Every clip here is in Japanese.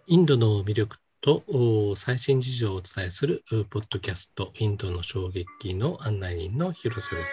インドの魅力と最新事情をお伝えするポッドキャスト、インドの衝撃の案内人の広瀬です。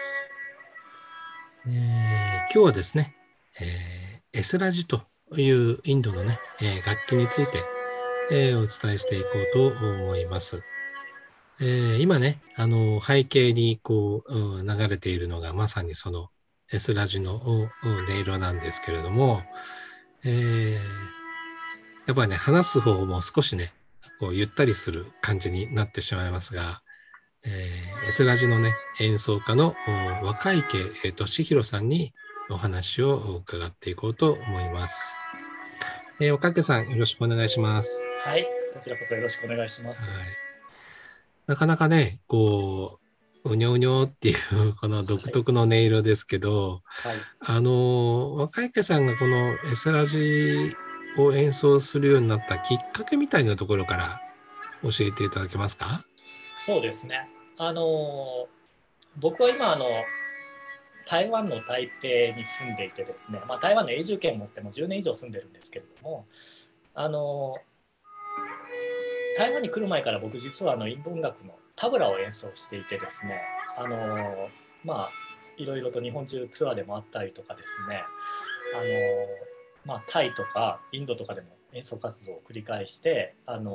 今日はですね、エスラジというインドのね、楽器について、お伝えしていこうと思います。今ね、背景に流れているのがまさにそのエスラジの音色なんですけれども、えーやっぱりね、話す方も少しね、ゆったりする感じになってしまいますが、エスラジのね、演奏家の若池俊弘さんにお話を伺っていこうと思います。若池さん、よろしくお願いします。 はい、こちらこそよろしくお願いしまはす。 い。なかなかね、うにょうにょっていうこの独はい、 特の音色ですけど、 はい、 若池さんがこのエスラジを演奏するようになったきっかけみたいなところから教えていただけますか？ そうですね。あの僕は今台湾の台北に住んでいてですね、台湾の永住権を持っても10年以上住んでるんですけれども、あの台湾に来る前から僕実はインド音楽のタブラを演奏していてですね、あのまあいろいろと日本中ツアーでもあったりとかですね、あのタイとかインドとかでも演奏活動を繰り返して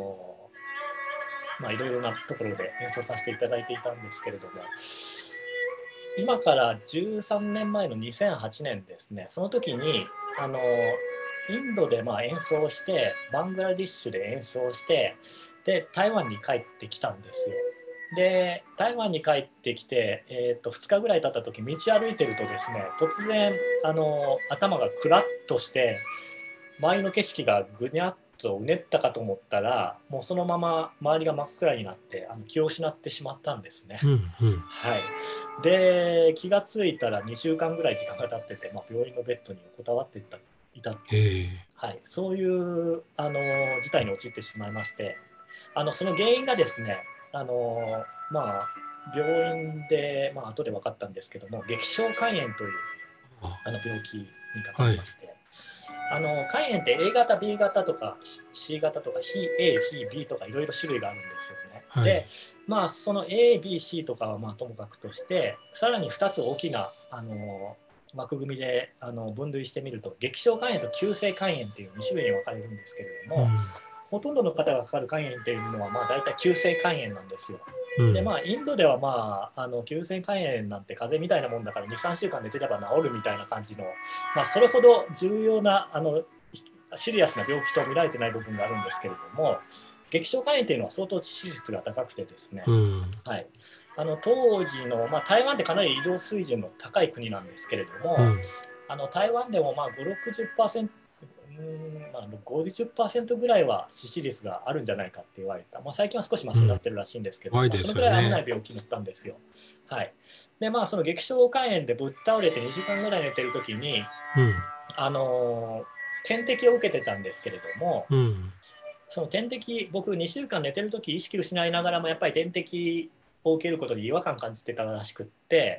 いろいろなところで演奏させていただいていたんですけれども、今から13年前の2008年ですね、その時にあのインドで演奏して、バングラディッシュで演奏して、で台湾に帰ってきたんですよ。で台湾に帰ってきて、2日ぐらい経った時、道歩いてるとですね、突然頭がクラッとして、周りの景色がぐにゃっとうねったかと思ったら、もうそのまま周りが真っ暗になって気を失ってしまったんですね。 うん、うん。 はい、で気がついたら2週間ぐらい時間が経ってて、病院のベッドに横たわっていたっていう、 えはい、そういう事態に陥ってしまいまして、その原因がですね、あのまあ、病院で、後で分かったんですけども、激小肝炎という病気にかかはい、 りまして、肝炎って A 型 B 型とか C 型とか非 A 非 B とかいろいろ種類があるんですよね。ではい。 その ABC とかはともかくとして、さらに2つ大きな枠組みで分類してみると、激小肝炎と急性肝炎っていう2種類に分かれるんですけれども、 うん、 ほとんどの方がかかる肝炎っていうのは大体急性肝炎なんですよ。でうん。 インドでは急性肝炎なんて風邪みたいなもんだから23週間寝てれば治るみたいな感じの、それほど重要なシリアスな病気と見られてない部分があるんですけれども、激小肝炎っていうのは相当致死率が高くてですね、 うん、 はい、当時の、台湾ってかなり医療水準の高い国なんですけれども、 うん。 台湾でも5、60%、50%ぐらいは致死率があるんじゃないかって言われた、最近は少しマシになうん。 ってるらしいんですけど、 怖いでそのくらい危なすよね。 い病気だったんですよ。はい、でその激小肝炎でぶっ倒れて2時間ぐらい寝てる時に、 うん、 あの点滴を受けてたんですけれども、 うん。 その点滴、僕2週間寝てる時意識失いながらもやっぱり点滴を受けることに違和感感じてたらしくって、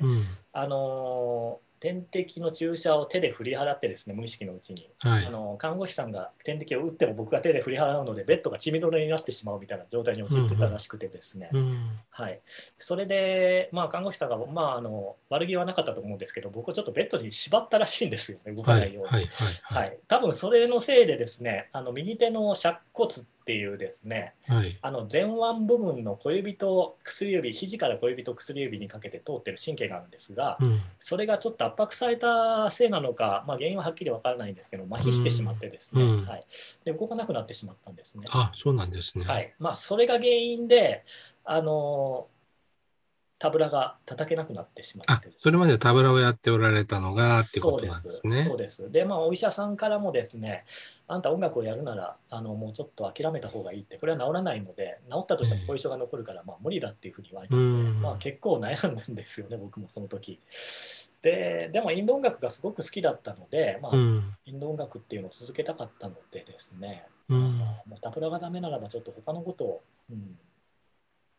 うん。 点滴の注射を手で振り払ってですね、無意識のうちにはい。 看護師さんが点滴を打っても僕が手で振り払うので、ベッドが血みどろになってしまうみたいな状態にうん、 陥ってたらしくてですね、 うん。うん。 はい、それで、看護師さんが、悪気はなかったと思うんですけど、僕をちょっとベッドに縛ったらしいんですよね、動かはい、 ないように。 はい、はい、はい。 はい、多分それのせいでですね、右手の尺骨っていうですね、 はい。 前腕部分の小指と薬指、肘から小指と薬指にかけて通ってる神経があるんですが、 うん、 それがちょっと圧迫されたせいなのか、原因ははっきりわからないんですけど、麻う痺してしまっん、 てですね、はうん。 い、で動かなくなってしまったんですね。 あ、そうなんですね。 はい、それが原因で、あのタブラが叩けなくなってしまっあ、 てですね。 それまでタブラをやっておられたのがってことなんでそうです、 すね。 そうです。で、お医者さんからもですね、あんた音楽をやるなら、もうちょっと諦めた方がいいって、これは治らないので、治ったとしても後遺症が残るから、無理だっていうふうに言われうたので、 ん、 結構悩んだんですよね、僕もその時。でもインド音楽がすごく好きだったので、 うん、 インド音楽っていうのを続けたかったのでですね、 うん。 もうタブラがダメならば、ちょっと他のことを、うん、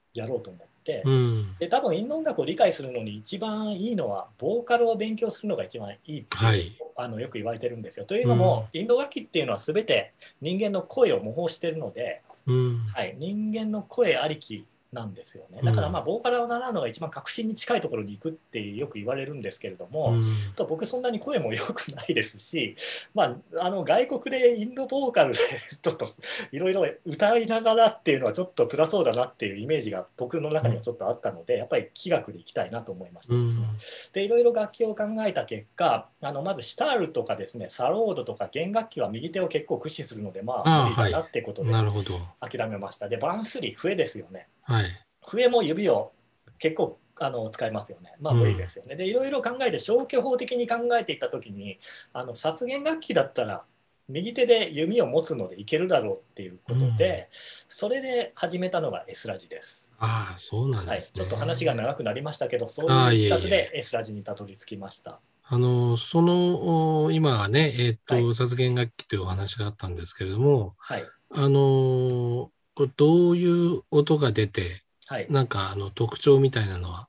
やろうと思って、 うん。 で多分インド音楽を理解するのに一番いいのはボーカルを勉強するのが一番いいってはい。 よく言われてるんですよ。といううん。 のもインド楽器っていうのは全て人間の声を模倣しているので、 うん。 はい、人間の声ありきなんですよね。だからまあうん。 ボーカルを習うのが一番革新に近いところに行くってよく言われるんですけれども、 うん。 と僕そんなに声も良くないですし、まあ、外国でインドボーカルでちょっといろいろ歌いながらっていうのはちょっと辛そうだなっていうイメージが僕の中にはちょっとあったので、やっぱり気学で行きたいなと思いましうてですね。 ん。 でいろいろ楽器を考えた結果、まずシタールとかですね、サロードとか弦楽器は右手を結構駆使するので、まあ無ああ、はい。 理だなってことでなるほど。 諦めました。でバンスリー笛ですよね。 はい。 笛も指を結構使いますよね。まあ無理でうん。 すよね。でいろいろ考えて消去法的に考えていった時に殺弦楽器だったら右手で弓を持つのでいけるだろうっていううん。 ことで、それで始めたのが S ラジです。 ああ、そうなんはい、 ですちょっと話がね。 長くなりましたけど、そうああ、 いういいえいえ。 きさつで S ラジにたどり着きました。 今はね、 はい、 殺弦楽器というお話があったんですけれども、 はい、 これどういう音が出て、 はい。 なんか特徴みたいなのは、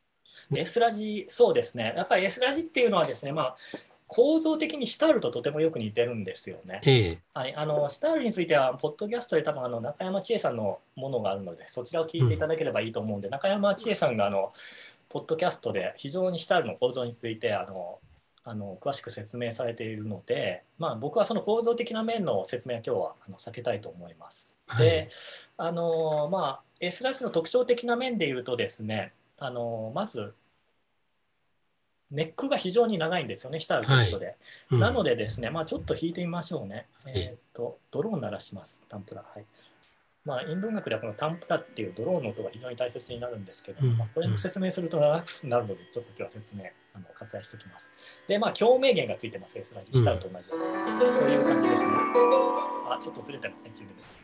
S ラジ、そうですね。やっぱり S ラジっていうのはですね、まあ、構造的にシタールととてもよく似てるんですよね。 ええ、 はい、シタールについては、ポッドキャストで多分中山千恵さんのものがあるので、そちらを聞いていたうん、 だければいいと思うんで、中山千恵さんがポッドキャストで非常にシタールの構造について詳しく説明されているので、まあ、僕はその構造的な面の説明は今日は避けたいと思います。で、 はい、 まあ、S ラジの特徴的な面で言うとですね、まずネックが非常に長いんですよね、シタールと一はい、 緒で。なのうん、 でですね、まあ、ちょっと弾いてみましょうね。 はい、 ドローン鳴らします、タンプラ。はい。まあ、インド音楽ではこのタンプラっていうドローンの音が非常に大切になるんですけども、 うん、 まあ、これうん、 の説明すると長くなるので、ちょっと今日は説明割愛しておきます。で、まあ、共鳴弦がついてます、S ラジ、シタールうん。 と同じように。こういう感じですね。あ、ちょっとずれてますね、チューニング。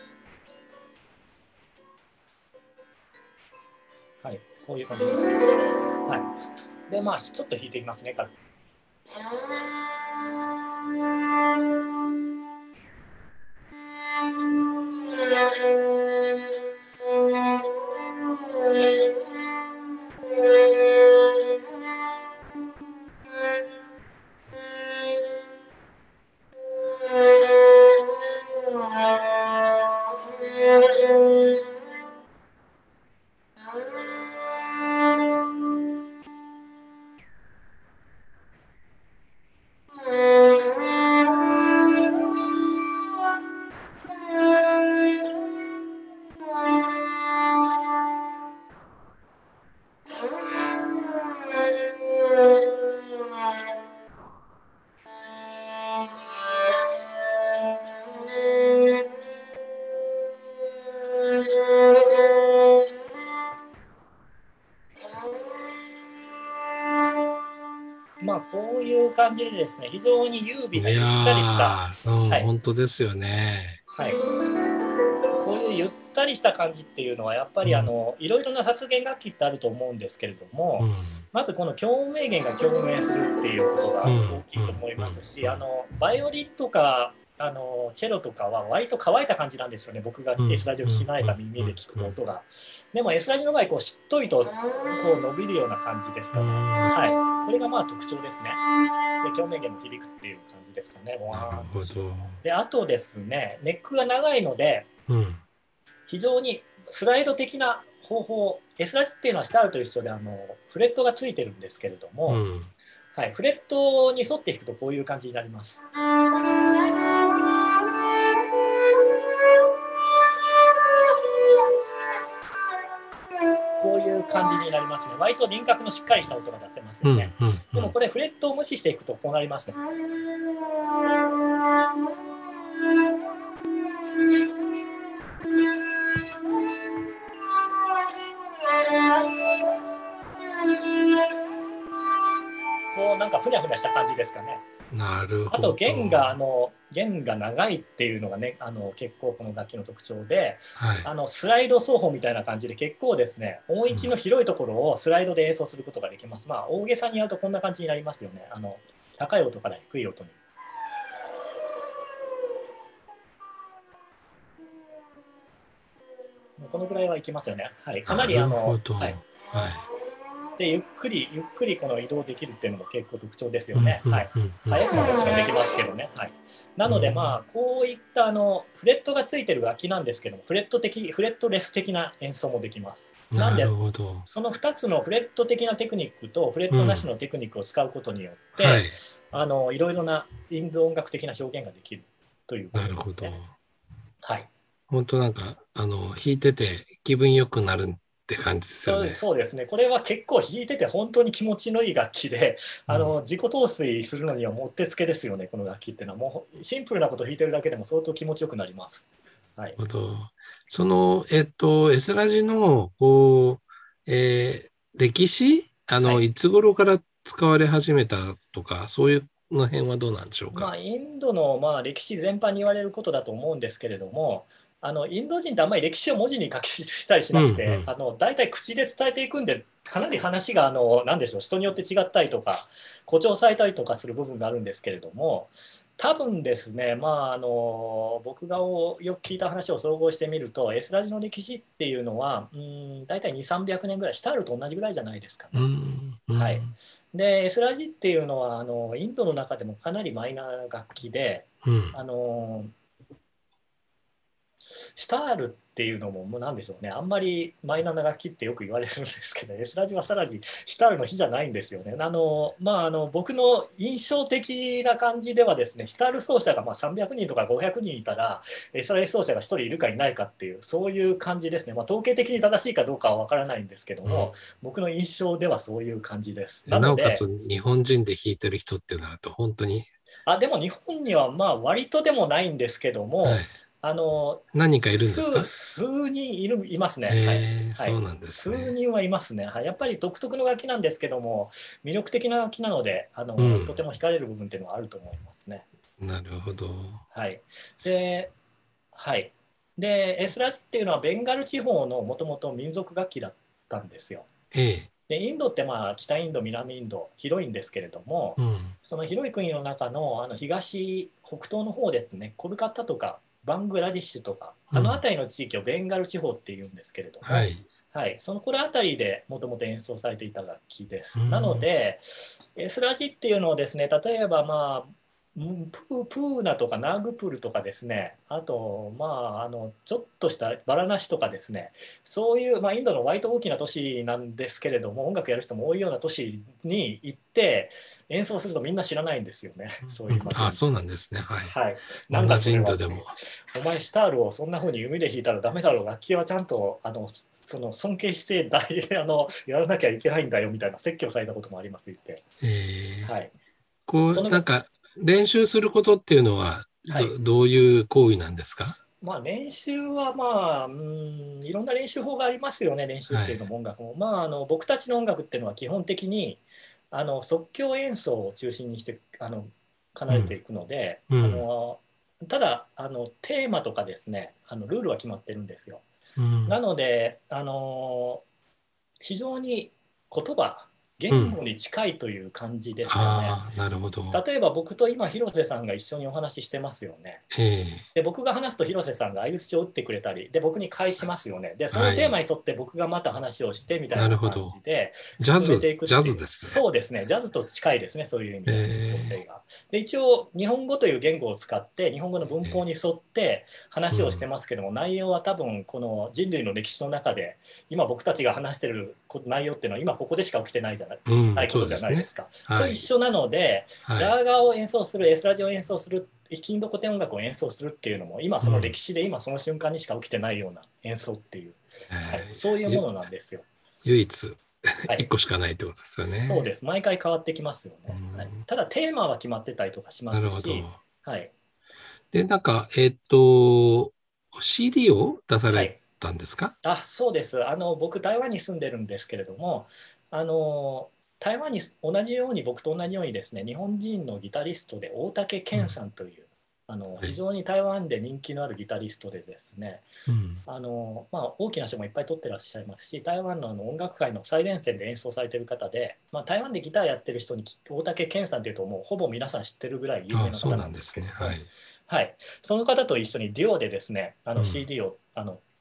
はい、こういう感じです。はい。で、まあ、ちょっと弾いてみますね、軽く。まあ、こういう感じでですね、非常に優美ないやゆったりした、 ー、うん、 はい、 本当ですよね。 はい、こういうゆったりした感じっていうのは、やっぱりうん、 いろいろな殺弦楽器ってあると思うんですけれども、 うん、 まずこの共鳴弦が共鳴するっていうことがうん、 大きうん、 いと思いうん、 ますし、 うん、 バイオリンとかチェロとかは割と乾いた感じなんですよね、僕がうん、 S ラジオうん、 聞き慣れうん、 た耳で聞くうん、 と音が。でも S ラジの場合こうしっとりとこう伸びるような感じですかね。 うん、 はい、これがまあ特徴ですね。で共鳴弦も響くっていう感じですかね。 なるワーンとして。 ほど。 であとですね、ネックが長いので、 うん、 非常にスライド的な方法、S ラジっていうのはシタールと一緒でフレットがついてるんですけれども、 うん、 はい、フレットに沿って弾くとこういう感じになります。こういう感じになりますね。割と輪郭のしっかりした音が出せますうん、 よね。 うん、うん。 でもこれフレットを無視していくとこうなりますね。こうなんかふにゃふにゃした感じですかね。 なるあとほど。 弦が長いっていうのがね結構この楽器の特徴で、 はい。 スライド奏法みたいな感じで結構ですね音域の広いところをスライドで演奏することができます。まあ大げさにやるとこんな感じになりますよね。高い音から低い音に。 このぐらいはいきますよね。はい、かななりるほど。 はい、 はい。 でゆっくりこの移動できるっていうのも結構特徴ですようんね。はい、 うんうん早くももちろんできますけどね。はい、なのでこういったフレットがついてる楽器なんですけども、フレットレス的な演奏もできます。 うん。なるなんでほど。 その2つのフレット的なテクニックとフレッうん。 トなしのテクニックを使うことによっはい。 ていろいろなインド音楽的な表現ができるというこなるほど。 とですね。はい、 本当なんか、弾いてて気分良くなるって感じですよね。 そうですね。これは結構弾いてて本当に気持ちのいい楽器で、 うん。 自己陶酔するのにはもってつけですよね、この楽器っていうのは。もうシンプルなことを弾いてるだけでも相当気持ちよくなります。はい。 なるほど。その、S ラジの、歴史はい。 いつ頃から使われ始めたとか、そういうの辺はどうなんでしょうか。 インドの歴史全般に言われることだと思うんですけれども、インド人ってあんまり歴史を文字に書き記したりしうんうなくて、 ん。 大体口で伝えていくんで、かなり話がなんでしょう、人によって違ったりとか、誇張されたりとかする部分があるんですけれども、多分ですね、僕がよく聞いた話を総合してみると、エスラジの歴史っていうのは、大体2、300年ぐらい、シタールと同じぐらいじゃないですかうね。 んうはい。 んで、エスラジっていうのはインドの中でもかなりマイナーな楽器で、 うん。 あのシタールっていうのも、もうなんでしょうね、あんまりマイナーな楽器ってよく言われるんですけど、エスラジはさらにシタールの比じゃないんですよね。僕の印象的な感じではですね、シタール奏者が300人とか500人いたら、エスラジ奏者が1人いるかいないかっていう、そういう感じですね。統計的に正しいかどうかは分からないんですけどうん。 も、僕の印象ではそういう感じです。ななおかので、 つ日本人で弾いてる人ってなると本当に、 でも日本には割とでもないんですけどはい。 も、あの何人かいるんですか？ 数人いますね。はい。 ええ、 はい。 そうなんですね。 数人はいますね。はい。やっぱり独特の楽器なんですけども、魅力的な楽器なので、 うん。 とても惹かれる部分っていうのはあると思いますね。 なるほど。 はい。で、はい。で、エスラジっていうのはベンガル地方のもともと民族楽器だったんですよ。 ええ。 でインドって北インド南インド広いんですけれども、 うん。 その広い国の中の北東の方ですね、コルカッタとかバングラディッシュとかうん。 辺りの地域をベンガル地方っていうんですけれども、 はい。 はい、これ辺りでもともと演奏されていた楽器です。なのうん。 でエスラジっていうのをですね、例えばプーナとかナーグプールとかですね、あと、ちょっとしたバラナシとかですね、そういう、インドの割と大きな都市なんですけれども、音楽やる人も多いような都市に行って演奏するとみんな知らないんですよね、そううん。 いう街あ、そうに行くと。 なんですね。はい。 はい、なんだ同じそれインドでも。 はっていう。お前、シタールをそんな風に弓で弾いたらダメだろう、楽器はちゃんと尊敬してやらなきゃいけないんだよみたいな説教されたこともあります、言って。 ええ、 はい、 こう、 そのなんか、練習することっていうのは、 はい、 どういう行為なんですか？ 練習はいろんな練習法がありますよね、練習っはい。 ていうのも音楽も。僕たちの音楽っていうのは基本的に即興演奏を中心にして奏うん。 でていくので、 うん。 ただテーマとかですね、ルールは決まってるんですよ。 うん。 なので、非常に言葉、 うん。 言語に近いという感じですかね。 ああ、なるほど。 例えば僕と今、広瀬さんが一緒にお話ししてますよね。 ええ、 で僕が話すと広瀬さんが相槌を打ってくれたりで僕に返しますよね。でそのテーマはい。 に沿って僕がまた話をしてみたいな感なるほど。 じで進めていくっジャていう、 ズですね。 そうですね、ジャズと近いですね、そういう意味えでは即興性え、 が。で一応日本語という言語を使って日本語の文法に沿ってうん。 話をしてますけども、内容は多分この人類の歴史の中で今僕たちが話してる内容っていうのは今ここでしか起きてないじゃない、 うん、 ないことじゃそうですね。 ないですか。とはい。 一緒なので、 はい。 ラーガーを演奏する、エスラジを演奏する、インド古典音楽を演奏するっていうのも、今そのうん。 歴史で今その瞬間にしか起きてないような演奏っていう、はい、そういうえものなんですよ。 唯一、 はい、 一個しかないってことですよね。 そうです。毎回変わってきますようね。はい、 ん、 ただテーマは決まってたりとかしまなるほど。 すし、はい、 で、なんか、CD を出されはい。 たんですか？ そうです。僕、台湾に住んでるんですけれども、あの、台湾に僕と同じようにですね、日本人のギタリストで大竹うん。 健さんという、 はい。 非常に台湾で人気のあるギタリストでですね、 うん。 大きな賞もいっぱい取ってらっしゃいますし、台湾の音楽界の最前線で演奏されている方で、台湾でギターやってる人に大竹健さんというと、もうほぼ皆さん知ってるぐらい有名あ、そうな方なんですなんですね。 けども、 はい。 はい、その方と一緒にデュオでですね、 うん。 CD を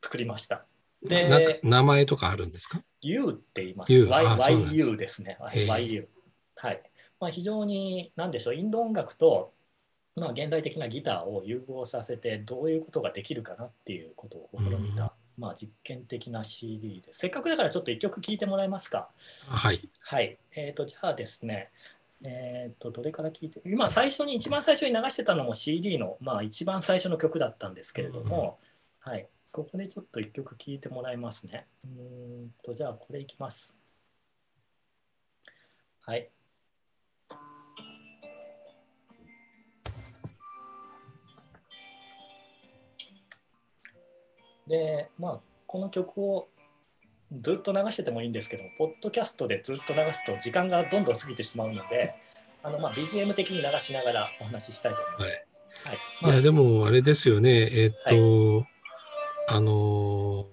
作りました。 なんかで、 名前とかあるんですか？ U って言います。 U、そうなんです。 YU ですね。はい、 えー YU。はい。まあ、非常に、なんでしょう、インド音楽と、まあ、現代的なギターを融合させて、どういうことができるかなっていうことを試みた、まあ、実験的な CD です。せっかくだからちょっと一曲聴いてもらえますか。 はい。 はい。じゃあですね、どれから聞いて、今一番最初に流してたのも CD の、まあ、一番最初の曲だったんですけれども、はい。ここでちょっと一曲聴いてもらいますね。じゃあこれいきます。はい。で、まあ、この曲をずっと流しててもいいんですけども、ポッドキャストでずっと流すと時間がどんどん過ぎてしまうので、まあ、BGM 的に流しながらお話ししたいと思いはい。 ます。はい。 いや、でも、あれですよね。 はい。 あの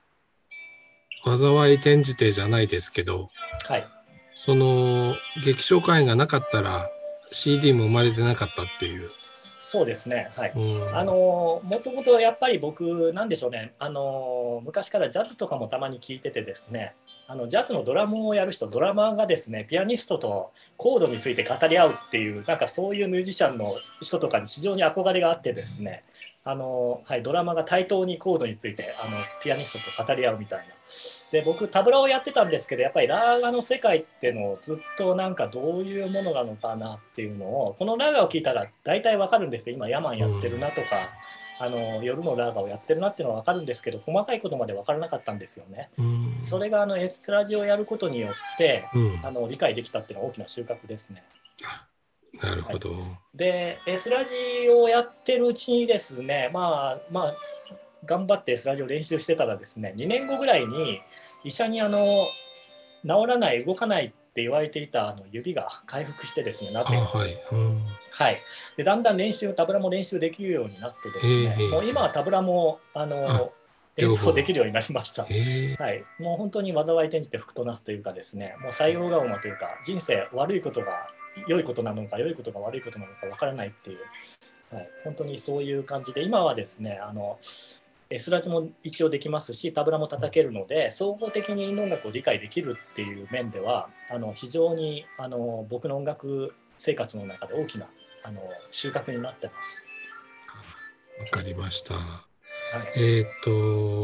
災い転じてじゃないですけど、 はい。 その、劇場公演がなかったら CD も生まれてなかったっていう。 そうですね。はい。 うん。 もともとやっぱり僕、なんでしょうね。昔からジャズとかもたまに聞いててですね、ジャズのドラムをやる人、ドラマーがですね、ピアニストとコードについて語り合うっていう、なんかそういうミュージシャンの人とかに非常に憧れがあってですね、はい、ドラマが対等にコードについてピアニストと語り合うみたいな。で僕タブラをやってたんですけど、やっぱりラーガの世界っていうのをずっとなんかどういうものなのかなっていうのを、このラーガを聞いたら大体わかるんですよ。今ヤマンやってるなとか、夜のラーガをやってるなっていうのはわかるんですけど、細かいことまでわからなかったんですよね。 うん。 それがエストラジをやることによってうん。 理解できたっていうのは大きな収穫ですね。 なるはい、 ほど。 で、S ラジをやってるうちにですね、まあ、頑張って S ラジを練習してたらですね、2年後ぐらいに医者に治らない、動かないって言われていた指が回復してですね、なぜか。 はい。うん。 はい、でだんだんタブラも練習できるようになってですね、もう今はタブラもあ、 演両方。 奏できるようになりました。 えはい、もう本当に災い転じて福となすというかですね、もう採用が馬というか、人生悪いことが良いことなのか、良いことが悪いことなのか分からないっていう、はい、本当にそういう感じで、今はですね、スラジも一応できますし、タブラも叩けるので、総合的に音楽を理解できるっていう面では、非常に僕の音楽生活の中で大きな収穫になってます。 わかりました。 はい、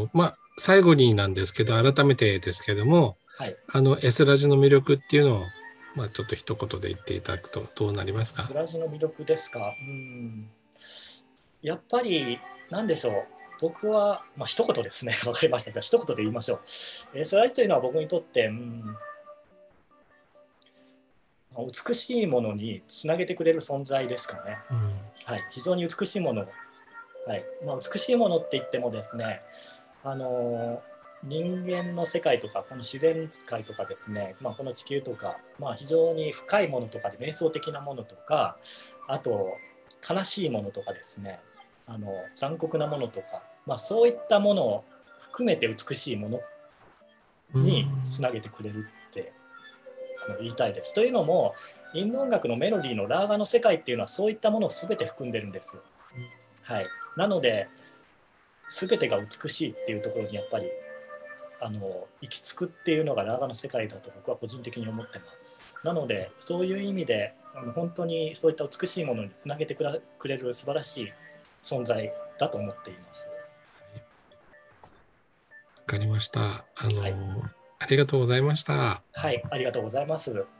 まあ、最後になんですけど、改めてですけども、 はい、 S ラジの魅力っていうのを、まあ、ちょっと一言で言っていただくとどうなりますか？ スラジの魅力ですか。やっぱり、なんでしょう。僕は、まあ、一言ですね。わかりました。じゃあ、一言で言いましょう。スラジというのは僕にとって、美しいものにつなげてくれる存在ですかね。 うん。 はい、非常に美しいもの、はい、まあ、美しいものって言ってもですね、人間の世界とかこの自然界とかですね、まあ、この地球とか、まあ、非常に深いものとかで瞑想的なものとか、あと悲しいものとかですね、残酷なものとか、まあ、そういったものを含めて美しいものにつなげてくれるって言いたいです。というのも、インド音楽のメロディーのラーガの世界っていうのはそういったものを全て含んでるんですよ。はい、なので全てが美しいっていうところにやっぱり行き着くっていうのがラーガの世界だと僕は個人的に思ってます。なのでそういう意味で本当にそういった美しいものにつなげてくれる素晴らしい存在だと思っています。 わかりました。 はい、 ありがとうございました。 はい、ありがとうございます。